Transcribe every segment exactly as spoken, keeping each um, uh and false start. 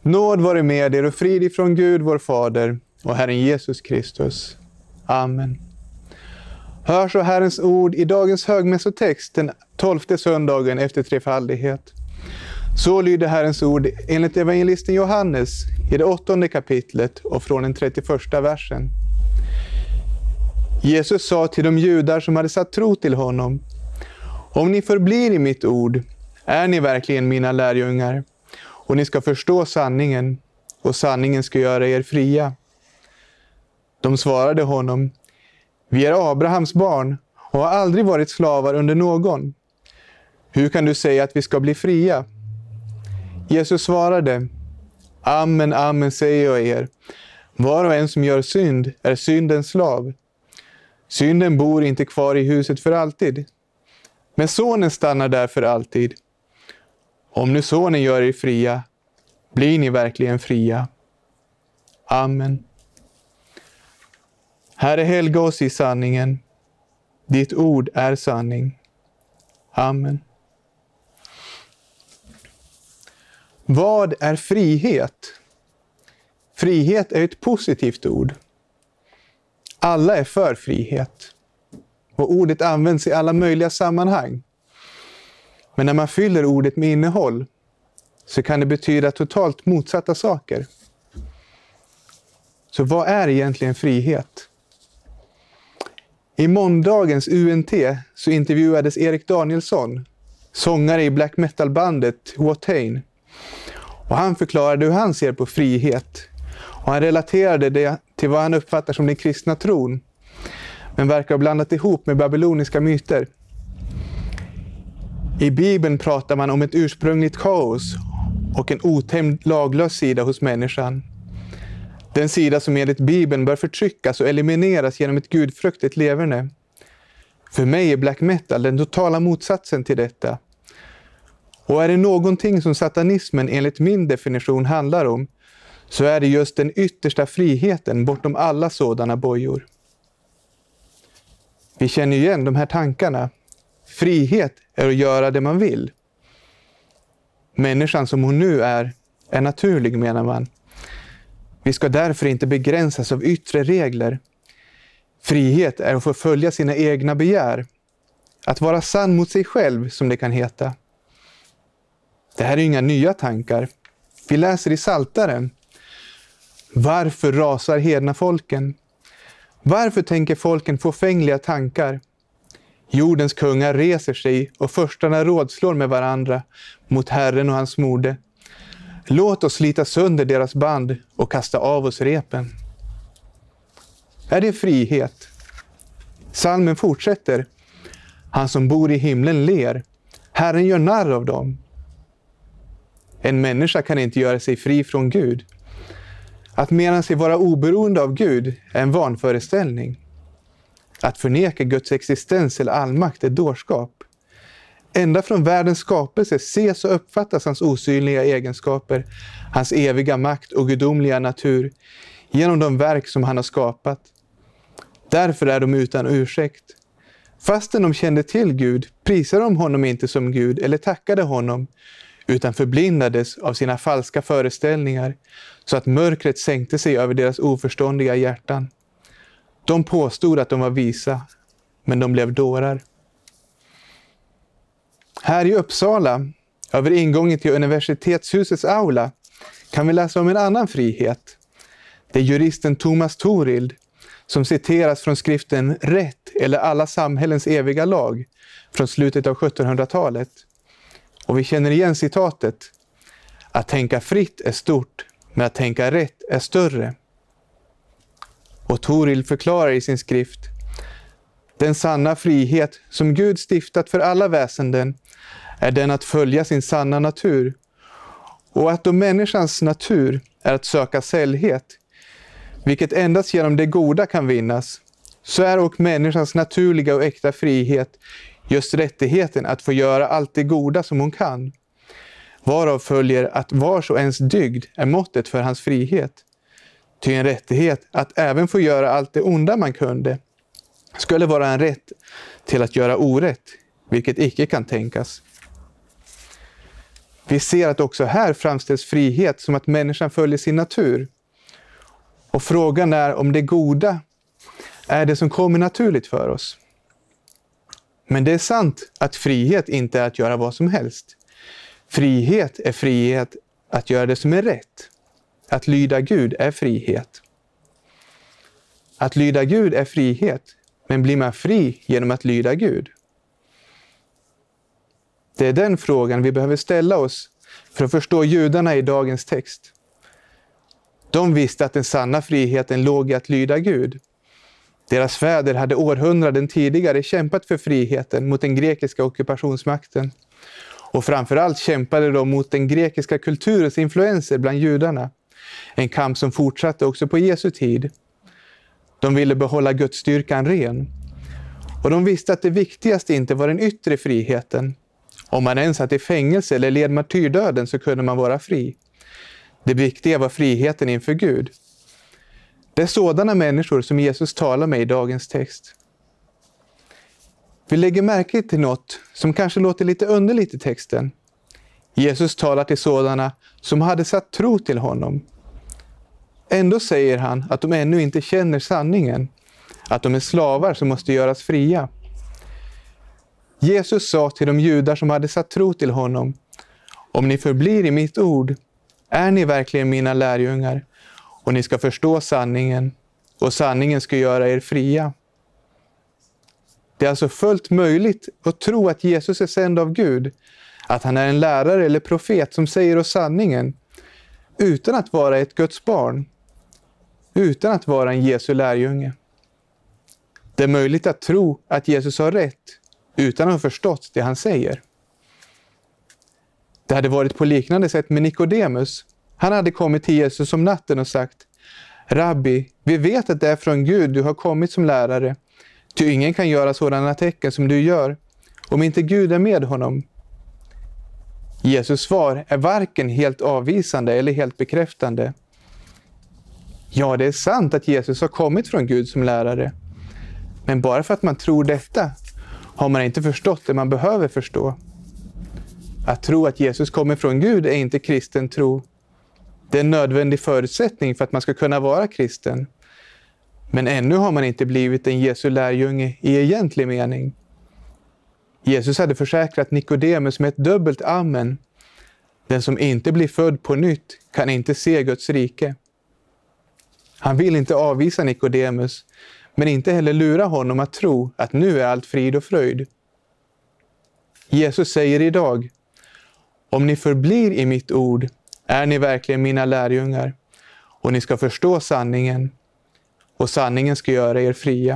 Nåd vare med er och frid ifrån Gud vår Fader och Herren Jesus Kristus. Amen. Hör så Herrens ord i dagens högmässotext den tolfte söndagen efter trefaldighet. Så lyder Herrens ord enligt evangelisten Johannes i det åttonde kapitlet och från den trettioförsta versen. Jesus sa till de judar som hade satt tro till honom: om ni förblir i mitt ord är ni verkligen mina lärjungar, och ni ska förstå sanningen, och sanningen ska göra er fria. De svarade honom: vi är Abrahams barn och har aldrig varit slavar under någon. Hur kan du säga att vi ska bli fria? Jesus svarade: amen, amen säger jag er. Var och en som gör synd är syndens slav. Synden bor inte kvar i huset för alltid, men sonen stannar där för alltid. Om nu sonen gör er fria, blir ni verkligen fria. Amen. Herre, helga oss i sanningen. Ditt ord är sanning. Amen. Vad är frihet? Frihet är ett positivt ord. Alla är för frihet. Och ordet används i alla möjliga sammanhang. Men när man fyller ordet med innehåll så kan det betyda totalt motsatta saker. Så vad är egentligen frihet? I måndagens U N T så intervjuades Erik Danielsson, sångare i black metal-bandet Watain. Och han förklarade hur han ser på frihet. Och han relaterade det till vad han uppfattar som den kristna tron, men verkar ha blandat ihop med babyloniska myter. I Bibeln pratar man om ett ursprungligt kaos och en otämjd laglös sida hos människan. Den sida som enligt Bibeln bör förtryckas och elimineras genom ett gudfruktigt leverne. För mig är black metal den totala motsatsen till detta. Och är det någonting som satanismen enligt min definition handlar om, så är det just den yttersta friheten bortom alla sådana bojor. Vi känner igen de här tankarna. Frihet är att göra det man vill. Människan som hon nu är, är naturlig, menar man. Vi ska därför inte begränsas av yttre regler. Frihet är att få följa sina egna begär. Att vara sann mot sig själv, som det kan heta. Det här är inga nya tankar. Vi läser i Psaltaren. Varför rasar hedna folken? Varför tänker folken fåfängliga tankar? Jordens kungar reser sig och förstarna rådslår med varandra mot Herren och hans mode. Låt oss slita sönder deras band och kasta av oss repen. Är det frihet? Psalmen fortsätter. Han som bor i himlen ler. Herren gör narr av dem. En människa kan inte göra sig fri från Gud. Att mena sig vara oberoende av Gud är en vanföreställning. Att förneka Guds existens eller allmakt är dårskap. Ända från världens skapelse ses och uppfattas hans osynliga egenskaper, hans eviga makt och gudomliga natur genom de verk som han har skapat. Därför är de utan ursäkt. Fastän de kände till Gud prisade de honom inte som Gud eller tackade honom, utan förblindades av sina falska föreställningar så att mörkret sänkte sig över deras oförståndiga hjärtan. De påstod att de var visa, men de blev dårar. Här i Uppsala, över ingången till universitetshusets aula, kan vi läsa om en annan frihet. Det är juristen Thomas Torild som citeras från skriften Rätt eller alla samhällens eviga lag från slutet av sjuttonhundratalet. Och vi känner igen citatet. Att tänka fritt är stort, men att tänka rätt är större. Och Torild förklarar i sin skrift: den sanna frihet som Gud stiftat för alla väsenden är den att följa sin sanna natur. Och att då människans natur är att söka sällhet, vilket endast genom det goda kan vinnas, så är och människans naturliga och äkta frihet just rättigheten att få göra allt det goda som hon kan. Varav följer att vars och ens dygd är måttet för hans frihet. Ty en rättighet att även få göra allt det onda man kunde skulle vara en rätt till att göra orätt, vilket icke kan tänkas. Vi ser att också här framställs frihet som att människan följer sin natur. Och frågan är om det goda är det som kommer naturligt för oss. Men det är sant att frihet inte är att göra vad som helst. Frihet är frihet att göra det som är rätt. Att lyda Gud är frihet. Att lyda Gud är frihet, men blir man fri genom att lyda Gud? Det är den frågan vi behöver ställa oss för att förstå judarna i dagens text. De visste att den sanna friheten låg i att lyda Gud. Deras fäder hade århundraden tidigare kämpat för friheten mot den grekiska ockupationsmakten. Och framförallt kämpade de mot den grekiska kulturens influenser bland judarna. En kamp som fortsatte också på Jesu tid. De ville behålla Guds styrkan ren. Och de visste att det viktigaste inte var den yttre friheten. Om man ens satt i fängelse eller led martyrdöden så kunde man vara fri. Det viktiga var friheten inför Gud. Det är sådana människor som Jesus talar med i dagens text. Vi lägger märke till något som kanske låter lite underligt i texten. Jesus talar till sådana som hade satt tro till honom. Ändå säger han att de ännu inte känner sanningen. Att de är slavar som måste göras fria. Jesus sa till de judar som hade satt tro till honom: om ni förblir i mitt ord är ni verkligen mina lärjungar, och ni ska förstå sanningen, och sanningen ska göra er fria. Det är alltså fullt möjligt att tro att Jesus är sänd av Gud, att han är en lärare eller profet som säger oss sanningen, utan att vara ett Guds barn, utan att vara en Jesu lärjunge. Det är möjligt att tro att Jesus har rätt, utan att ha förstått det han säger. Det hade varit på liknande sätt med Nikodemus. Han hade kommit till Jesus om natten och sagt: Rabbi, vi vet att det är från Gud du har kommit som lärare. Ty ingen kan göra sådana tecken som du gör, om inte Gud är med honom. Jesus svar är varken helt avvisande eller helt bekräftande. Ja, det är sant att Jesus har kommit från Gud som lärare. Men bara för att man tror detta har man inte förstått det man behöver förstå. Att tro att Jesus kommer från Gud är inte kristen tro. Det är en nödvändig förutsättning för att man ska kunna vara kristen. Men ännu har man inte blivit en Jesu lärjunge i egentlig mening. Jesus hade försäkrat Nikodemus med ett dubbelt amen. Den som inte blir född på nytt kan inte se Guds rike. Han vill inte avvisa Nikodemus, men inte heller lura honom att tro att nu är allt frid och fröjd. Jesus säger idag: om ni förblir i mitt ord är ni verkligen mina lärjungar, och ni ska förstå sanningen, och sanningen ska göra er fria.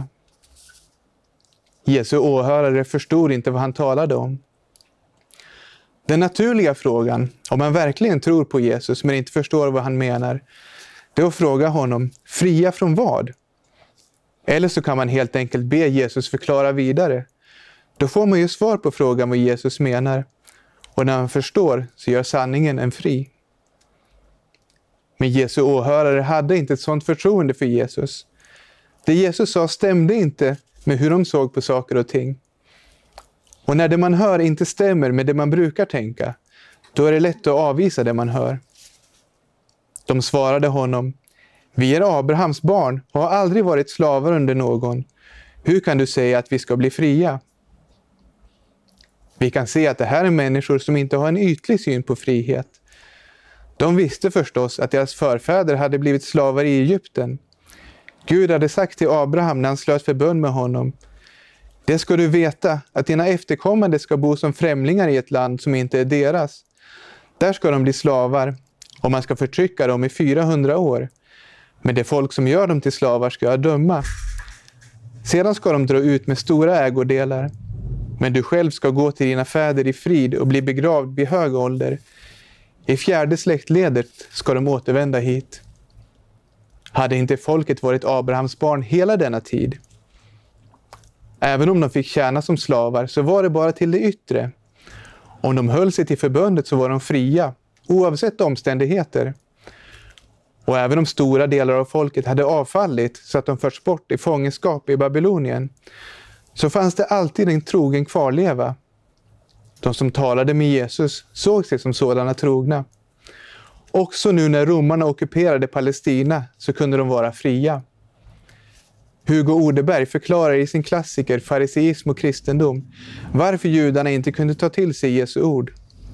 Jesu åhörare förstod inte vad han talade om. Den naturliga frågan, om man verkligen tror på Jesus men inte förstår vad han menar, det är att fråga honom: fria från vad? Eller så kan man helt enkelt be Jesus förklara vidare. Då får man ju svar på frågan vad Jesus menar. Och när man förstår så gör sanningen en fri. Men Jesu åhörare hade inte ett sådant förtroende för Jesus. Det Jesus sa stämde inte med hur de såg på saker och ting. Och när det man hör inte stämmer med det man brukar tänka, då är det lätt att avvisa det man hör. De svarade honom: vi är Abrahams barn och har aldrig varit slavar under någon. Hur kan du säga att vi ska bli fria? Vi kan se att det här är människor som inte har en ytlig syn på frihet. De visste förstås att deras förfäder hade blivit slavar i Egypten. Gud hade sagt till Abraham när han slöt förbund med honom: det ska du veta, att dina efterkommande ska bo som främlingar i ett land som inte är deras. Där ska de bli slavar, och man ska förtrycka dem i fyrahundra år. Men det folk som gör dem till slavar ska jag döma. Sedan ska de dra ut med stora ägodelar. Men du själv ska gå till dina fäder i frid och bli begravd vid hög ålder. I fjärde släktledet ska de återvända hit. Hade inte folket varit Abrahams barn hela denna tid? Även om de fick tjäna som slavar så var det bara till det yttre. Om de höll sig till förbundet så var de fria, oavsett omständigheter. Och även om stora delar av folket hade avfallit så att de förts bort i fångenskap i Babylonien, så fanns det alltid en trogen kvarleva. De som talade med Jesus såg sig som sådana trogna. Också nu när romarna ockuperade Palestina så kunde de vara fria. Hugo Odeberg förklarar i sin klassiker Fariseism och kristendom varför judarna inte kunde ta till sig Jesu ord.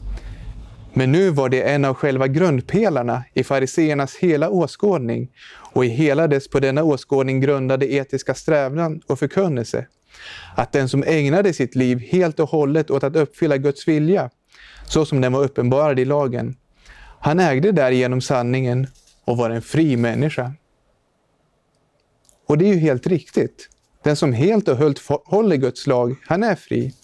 Men nu var det en av själva grundpelarna i fariseernas hela åskådning och i hela dess på denna åskådning grundade etiska strävan och förkunnelse. Att den som ägnade sitt liv helt och hållet åt att uppfylla Guds vilja, så som den var uppenbarad i lagen, han ägde därigenom sanningen och var en fri människa. Och det är ju helt riktigt. Den som helt och hållet håller Guds lag, han är fri.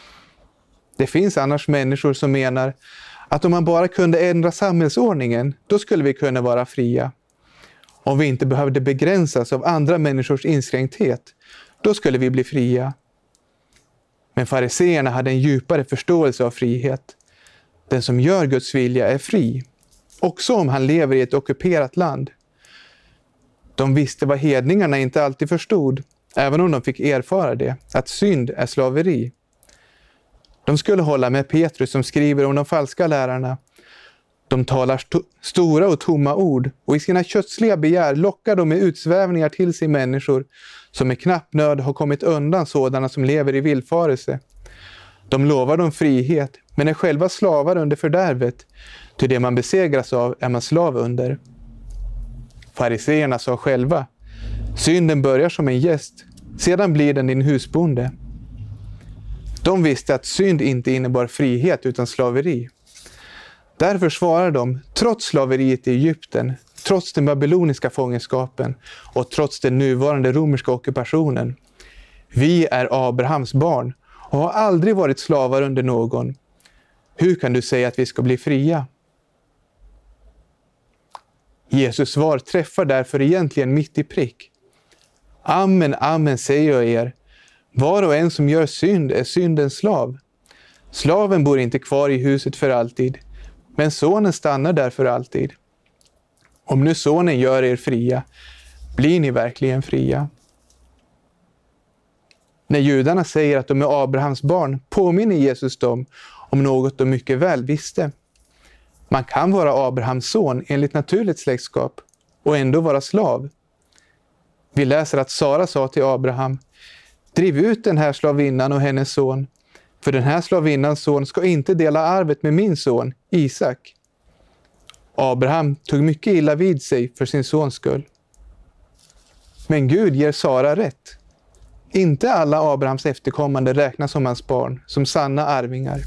Det finns annars människor som menar att om man bara kunde ändra samhällsordningen, då skulle vi kunna vara fria. Om vi inte behövde begränsas av andra människors inskränkthet, då skulle vi bli fria. Men fariseerna hade en djupare förståelse av frihet. Den som gör Guds vilja är fri, också om han lever i ett ockuperat land. De visste vad hedningarna inte alltid förstod, även om de fick erfara det, att synd är slaveri. De skulle hålla med Petrus som skriver om de falska lärarna. De talar st- stora och tomma ord och i sina kötsliga begär lockar de med utsvävningar till sig människor som med knapp nöd har kommit undan sådana som lever i villfarelse. De lovar dem frihet men är själva slavar under fördärvet, till det man besegras av är man slav under. Fariseerna sa själva, synden börjar som en gäst, sedan blir den din husbonde. De visste att synd inte innebar frihet utan slaveri. Därför svarar de, trots slaveriet i Egypten, trots den babyloniska fångenskapen och trots den nuvarande romerska ockupationen. Vi är Abrahams barn och har aldrig varit slavar under någon. Hur kan du säga att vi ska bli fria? Jesus svar träffar därför egentligen mitt i prick. Amen, amen säger jag er. Var och en som gör synd är syndens slav. Slaven bor inte kvar i huset för alltid, men sonen stannar där för alltid. Om nu sonen gör er fria, blir ni verkligen fria. När judarna säger att de är Abrahams barn påminner Jesus dem om något de mycket väl visste. Man kan vara Abrahams son enligt naturligt släktskap och ändå vara slav. Vi läser att Sara sa till Abraham, driv ut den här slavinnan och hennes son, för den här slavinnans son ska inte dela arvet med min son, Isak. Abraham tog mycket illa vid sig för sin sons skull. Men Gud ger Sara rätt. Inte alla Abrahams efterkommande räknas som hans barn, som sanna arvingar.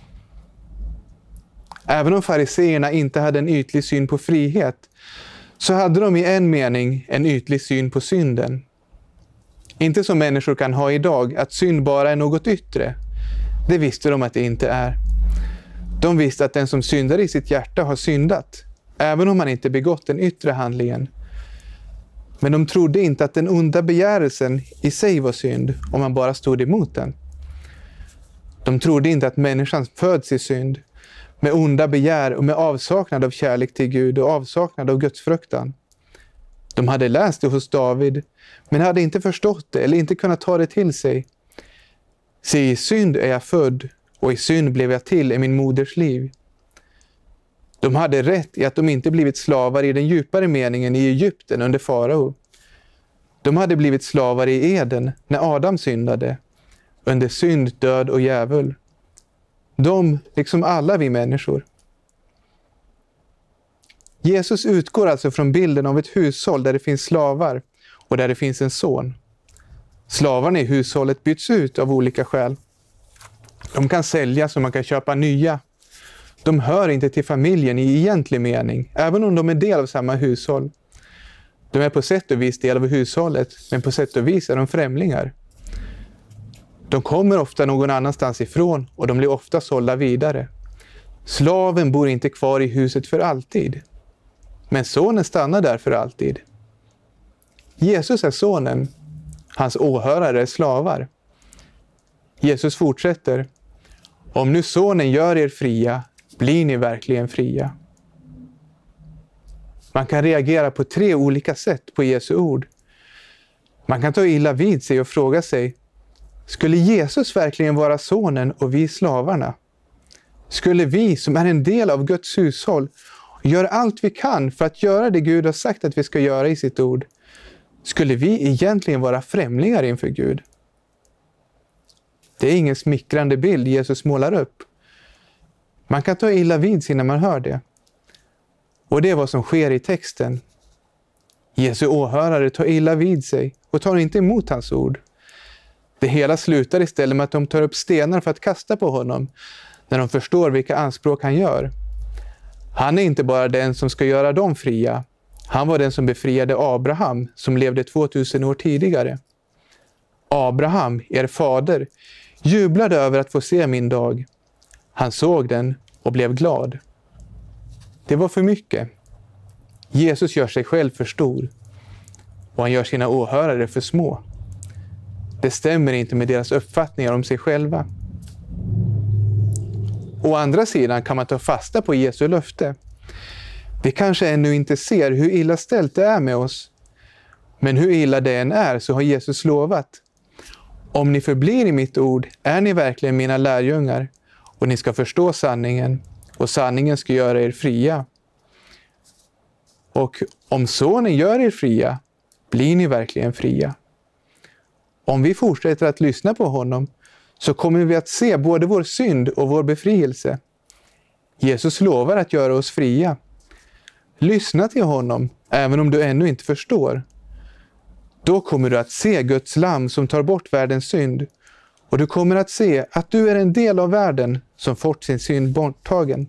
Även om fariseerna inte hade en ytlig syn på frihet, så hade de i en mening en ytlig syn på synden. Inte som människor kan ha idag, att synd bara är något yttre. Det visste de att det inte är. De visste att den som syndar i sitt hjärta har syndat, även om man inte begått den yttre handlingen. Men de trodde inte att den onda begärelsen i sig var synd, om man bara stod emot den. De trodde inte att människan föds i synd, med onda begär och med avsaknad av kärlek till Gud och avsaknad av Guds fruktan. De hade läst det hos David, men hade inte förstått det eller inte kunnat ta det till sig. Se, i synd är jag född och i synd blev jag till i min moders liv. De hade rätt i att de inte blivit slavar i den djupare meningen i Egypten under farao. De hade blivit slavar i Eden när Adam syndade, under synd, död och djävul. De, liksom alla vi människor. Jesus utgår alltså från bilden av ett hushåll där det finns slavar och där det finns en son. Slavarna i hushållet byts ut av olika skäl. De kan säljas och man kan köpa nya. De hör inte till familjen i egentlig mening, även om de är del av samma hushåll. De är på sätt och vis del av hushållet, men på sätt och vis är de främlingar. De kommer ofta någon annanstans ifrån och de blir ofta sålda vidare. Slaven bor inte kvar i huset för alltid. Men sonen stannar där för alltid. Jesus är sonen. Hans åhörare är slavar. Jesus fortsätter. Om nu sonen gör er fria, blir ni verkligen fria. Man kan reagera på tre olika sätt på Jesu ord. Man kan ta illa vid sig och fråga sig, skulle Jesus verkligen vara sonen och vi slavarna? skulle vi som är en del av Guds hushåll göra allt vi kan för att göra det Gud har sagt att vi ska göra i sitt ord, skulle vi egentligen vara främlingar inför Gud. Det är ingen smickrande bild Jesus målar upp. Man kan ta illa vid sig när man hör det. Och det är vad som sker i texten. Jesu åhörare tar illa vid sig och tar inte emot hans ord. Det hela slutar istället med att de tar upp stenar för att kasta på honom när de förstår vilka anspråk han gör. Han är inte bara den som ska göra dem fria. Han var den som befriade Abraham som levde tvåtusen år tidigare. Abraham, er fader, jublade över att få se min dag. Han såg den och blev glad. Det var för mycket. Jesus gör sig själv för stor. Och han gör sina åhörare för små. Det stämmer inte med deras uppfattningar om sig själva. Å andra sidan kan man ta fasta på Jesu löfte. Vi kanske ännu inte ser hur illa ställt det är med oss. Men hur illa det än är så har Jesus lovat. Om ni förblir i mitt ord är ni verkligen mina lärjungar. Och ni ska förstå sanningen. Och sanningen ska göra er fria. Och om sonen gör er fria, blir ni verkligen fria. Om vi fortsätter att lyssna på honom så kommer vi att se både vår synd och vår befrielse. Jesus lovar att göra oss fria. Lyssna till honom även om du ännu inte förstår. Då kommer du att se Guds lamm som tar bort världens synd. Och du kommer att se att du är en del av världen som fått sin synd borttagen.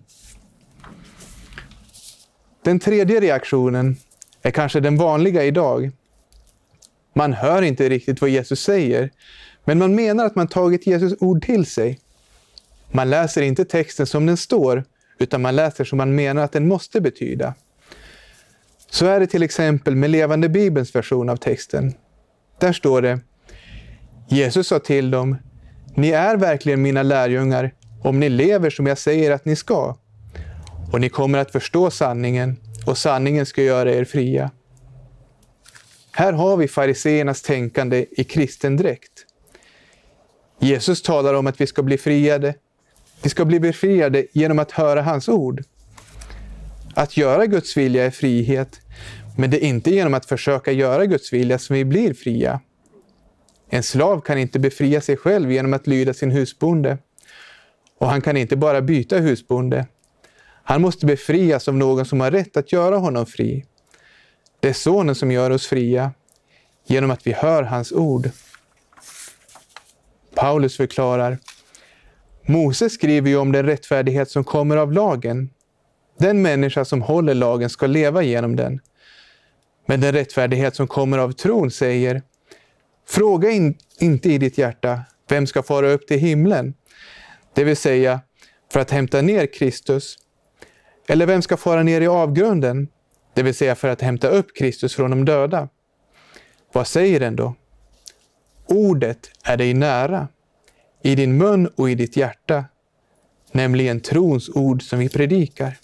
Den tredje reaktionen är kanske den vanliga idag. Man hör inte riktigt vad Jesus säger, men man menar att man tagit Jesus ord till sig. Man läser inte texten som den står, utan man läser som man menar att den måste betyda. Så är det till exempel med Levande Bibelns version av texten. Där står det: Jesus sa till dem, ni är verkligen mina lärjungar om ni lever som jag säger att ni ska. Och ni kommer att förstå sanningen, och sanningen ska göra er fria. Här har vi fariseernas tänkande i kristen dräkt. Jesus talar om att vi ska bli friade. Vi ska bli befriade genom att höra hans ord. Att göra Guds vilja är frihet, men det är inte genom att försöka göra Guds vilja som vi blir fria. En slav kan inte befria sig själv genom att lyda sin husbonde. Och han kan inte bara byta husbonde. Han måste befrias av någon som har rätt att göra honom fri. Det är sonen som gör oss fria, genom att vi hör hans ord. Paulus förklarar: Moses skriver ju om den rättfärdighet som kommer av lagen. Den människa som håller lagen ska leva genom den. Men den rättfärdighet som kommer av tron säger: Fråga in, inte i ditt hjärta, vem ska fara upp till himlen? Det vill säga, för att hämta ner Kristus. Eller vem ska fara ner i avgrunden? Det vill säga för att hämta upp Kristus från de döda. Vad säger den då? Ordet är dig nära, i din mun och i ditt hjärta, nämligen trons ord som vi predikar.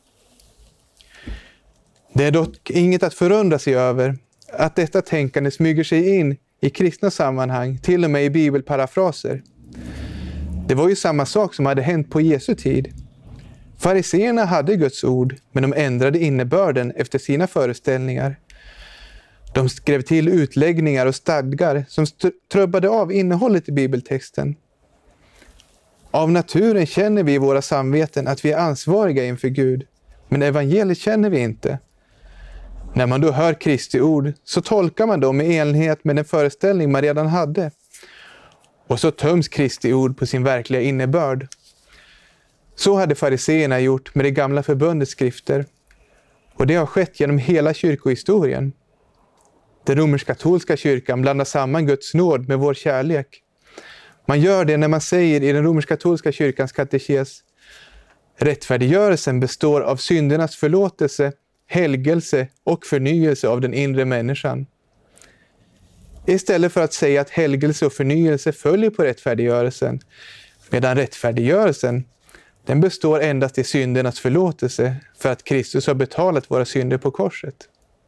Det är dock inget att förundra sig över att detta tänkande smyger sig in i kristna sammanhang, till och med i bibelparafraser. Det var ju samma sak som hade hänt på Jesu tid. Fariseerna hade Guds ord, men de ändrade innebörden efter sina föreställningar. De skrev till utläggningar och stadgar som trubbade av innehållet i bibeltexten. Av naturen känner vi i våra samveten att vi är ansvariga inför Gud, men evangeliet känner vi inte. När man då hör Kristi ord så tolkar man dem i enlighet med den föreställning man redan hade. Och så töms Kristi ord på sin verkliga innebörd. Så hade fariseerna gjort med det gamla förbundets skrifter. Och det har skett genom hela kyrkohistorien. Den romersk-katolska kyrkan blandar samman Guds nåd med vår kärlek. Man gör det när man säger i den romersk-katolska kyrkans katekes: rättfärdiggörelsen består av syndernas förlåtelse, helgelse och förnyelse av den inre människan. Istället för att säga att helgelse och förnyelse följer på rättfärdiggörelsen, medan rättfärdiggörelsen den består endast i syndernas förlåtelse för att Kristus har betalat våra synder på korset.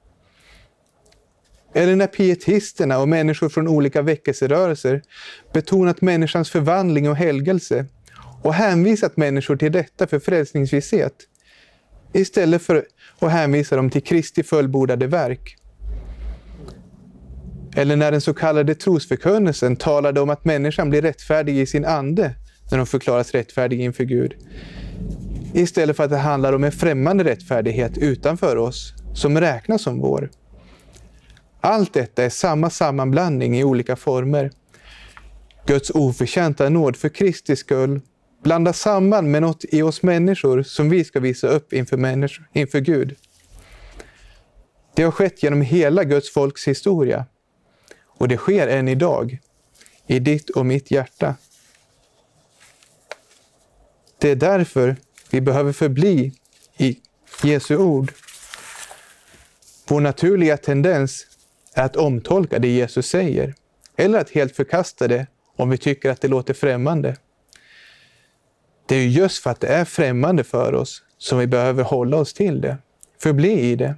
Eller när pietisterna och människor från olika väckelserörelser betonat människans förvandling och helgelse och hänvisat människor till detta för frälsningsvisshet, istället för att hänvisa dem till Kristi fullbordade verk. Eller när den så kallade trosförkunnelsen talade om att människan blir rättfärdig i sin ande när de förklaras rättfärdig inför Gud, istället för att det handlar om en främmande rättfärdighet utanför oss som räknas som vår. Allt detta är samma sammanblandning i olika former. Guds oförtjänta nåd för Kristi skull blandas samman med något i oss människor som vi ska visa upp inför, människor, inför Gud. Det har skett genom hela Guds folks historia. Och det sker än idag, i ditt och mitt hjärta. Det är därför vi behöver förbli i Jesu ord. Vår naturliga tendens är att omtolka det Jesus säger, eller att helt förkasta det om vi tycker att det låter främmande. Det är ju just för att det är främmande för oss som vi behöver hålla oss till det, förbli i det.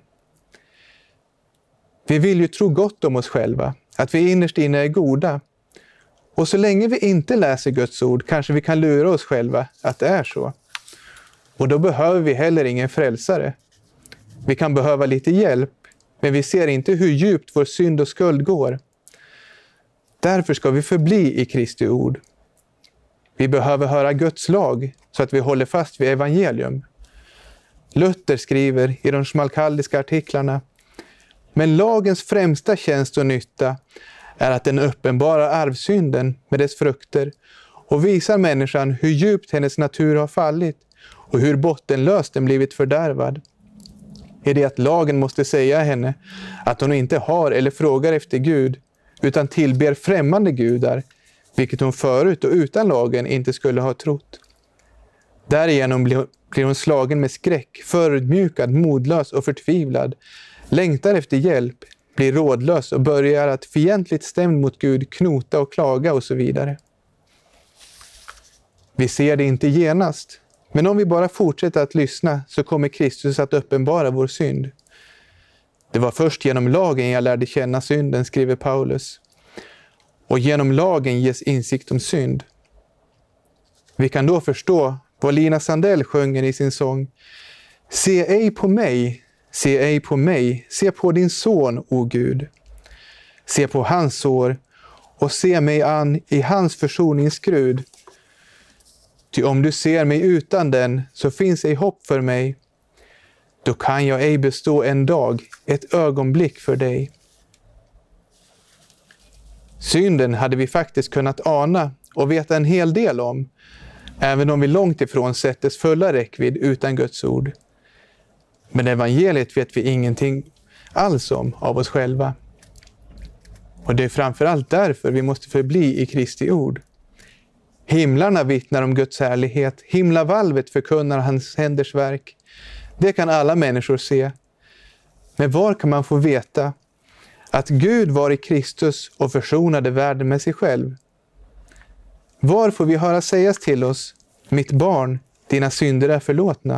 Vi vill ju tro gott om oss själva, att vi innerst inne är goda. Och så länge vi inte läser Guds ord kanske vi kan lura oss själva att det är så. Och då behöver vi heller ingen frälsare. Vi kan behöva lite hjälp, men vi ser inte hur djupt vår synd och skuld går. Därför ska vi förbli i Kristi ord. Vi behöver höra Guds lag så att vi håller fast vid evangelium. Luther skriver i de smalkaldiska artiklarna: men lagens främsta tjänst och nytta är att den uppenbarar arvsynden med dess frukter och visar människan hur djupt hennes natur har fallit och hur bottenlöst den blivit fördärvad. Är det att lagen måste säga henne att hon inte har eller frågar efter Gud utan tillber främmande gudar, vilket hon förut och utan lagen inte skulle ha trott. Därigenom blir hon slagen med skräck, förödmjukad, modlös och förtvivlad, längtar efter hjälp, blir rådlös och börjar att fientligt stämd mot Gud knota och klaga och så vidare. Vi ser det inte genast, men om vi bara fortsätter att lyssna så kommer Kristus att uppenbara vår synd. Det var först genom lagen jag lärde känna synden, skriver Paulus. Och genom lagen ges insikt om synd. Vi kan då förstå vad Lina Sandell sjunger i sin sång: se ej på mig, se ej på mig, se på din son, o Gud. Se på hans sår och se mig an i hans försoningsskrud. Ty om du ser mig utan den så finns ej hopp för mig. Då kan jag ej bestå en dag, ett ögonblick för dig. Synden hade vi faktiskt kunnat ana och veta en hel del om, även om vi långt ifrån sett dess fulla räckvidd utan Guds ord. Men evangeliet vet vi ingenting alls om av oss själva. Och det är framförallt därför vi måste förbli i Kristi ord. Himlarna vittnar om Guds härlighet, himlavalvet förkunnar hans händers verk. Det kan alla människor se. Men var kan man få veta att Gud var i Kristus och försonade världen med sig själv? Var får vi höra sägas till oss: mitt barn, dina synder är förlåtna?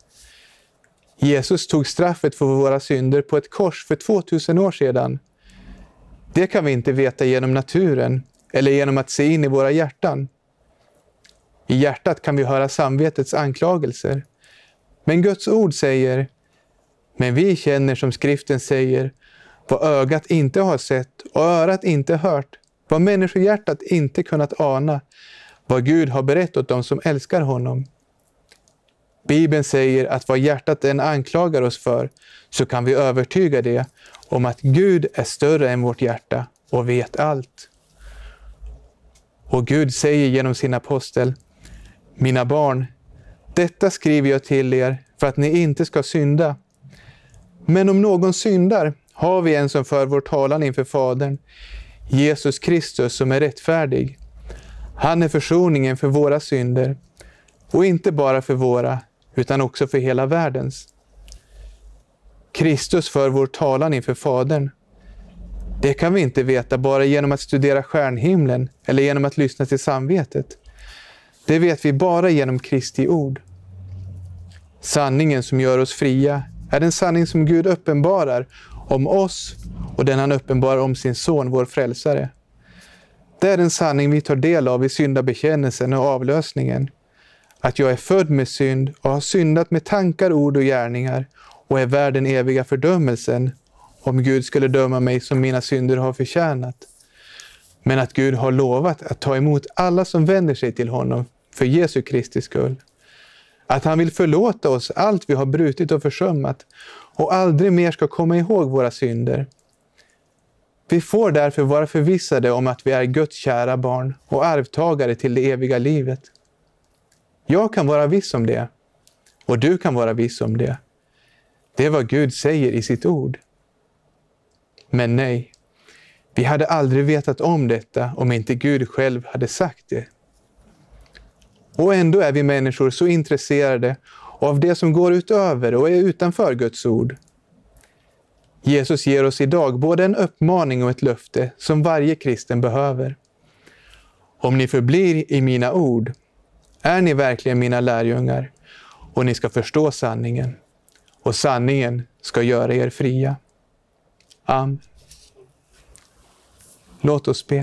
Jesus tog straffet för våra synder på ett kors för tvåtusen år sedan. Det kan vi inte veta genom naturen eller genom att se in i våra hjärtan. I hjärtat kan vi höra samvetets anklagelser. Men Guds ord säger: men vi känner som skriften säger, vad ögat inte har sett och örat inte hört, vad människohjärtat inte kunnat ana, vad Gud har berättat åt dem som älskar honom. Bibeln säger att vad hjärtat än anklagar oss för, så kan vi övertyga det om att Gud är större än vårt hjärta och vet allt. Och Gud säger genom sin apostel: mina barn, detta skriver jag till er för att ni inte ska synda. Men om någon syndar har vi en som för vår talan inför Fadern, Jesus Kristus som är rättfärdig. Han är försoningen för våra synder, och inte bara för våra, utan också för hela världens. Kristus för vår talan inför Fadern. Det kan vi inte veta bara genom att studera stjärnhimlen eller genom att lyssna till samvetet. Det vet vi bara genom Kristi ord. Sanningen som gör oss fria är den sanning som Gud uppenbarar om oss och den han uppenbarar om sin son, vår frälsare. Det är den sanning vi tar del av i syndabekännelsen och avlösningen. att jag är född med synd och har syndat med tankar, ord och gärningar och är värd den eviga fördömelsen om Gud skulle döma mig som mina synder har förtjänat. Men att Gud har lovat att ta emot alla som vänder sig till honom för Jesu Kristi skull. Att han vill förlåta oss allt vi har brutit och försummat och aldrig mer ska komma ihåg våra synder. Vi får därför vara förvissade om att vi är Guds kära barn och arvtagare till det eviga livet. Jag kan vara viss om det, och du kan vara viss om det. Det är vad Gud säger i sitt ord. Men nej, vi hade aldrig vetat om detta om inte Gud själv hade sagt det. Och ändå är vi människor så intresserade av det som går utöver och är utanför Guds ord. Jesus ger oss idag både en uppmaning och ett löfte som varje kristen behöver. Om ni förblir i mina ord är ni verkligen mina lärjungar, och ni ska förstå sanningen, och sanningen ska göra er fria. Amen. Låt oss be.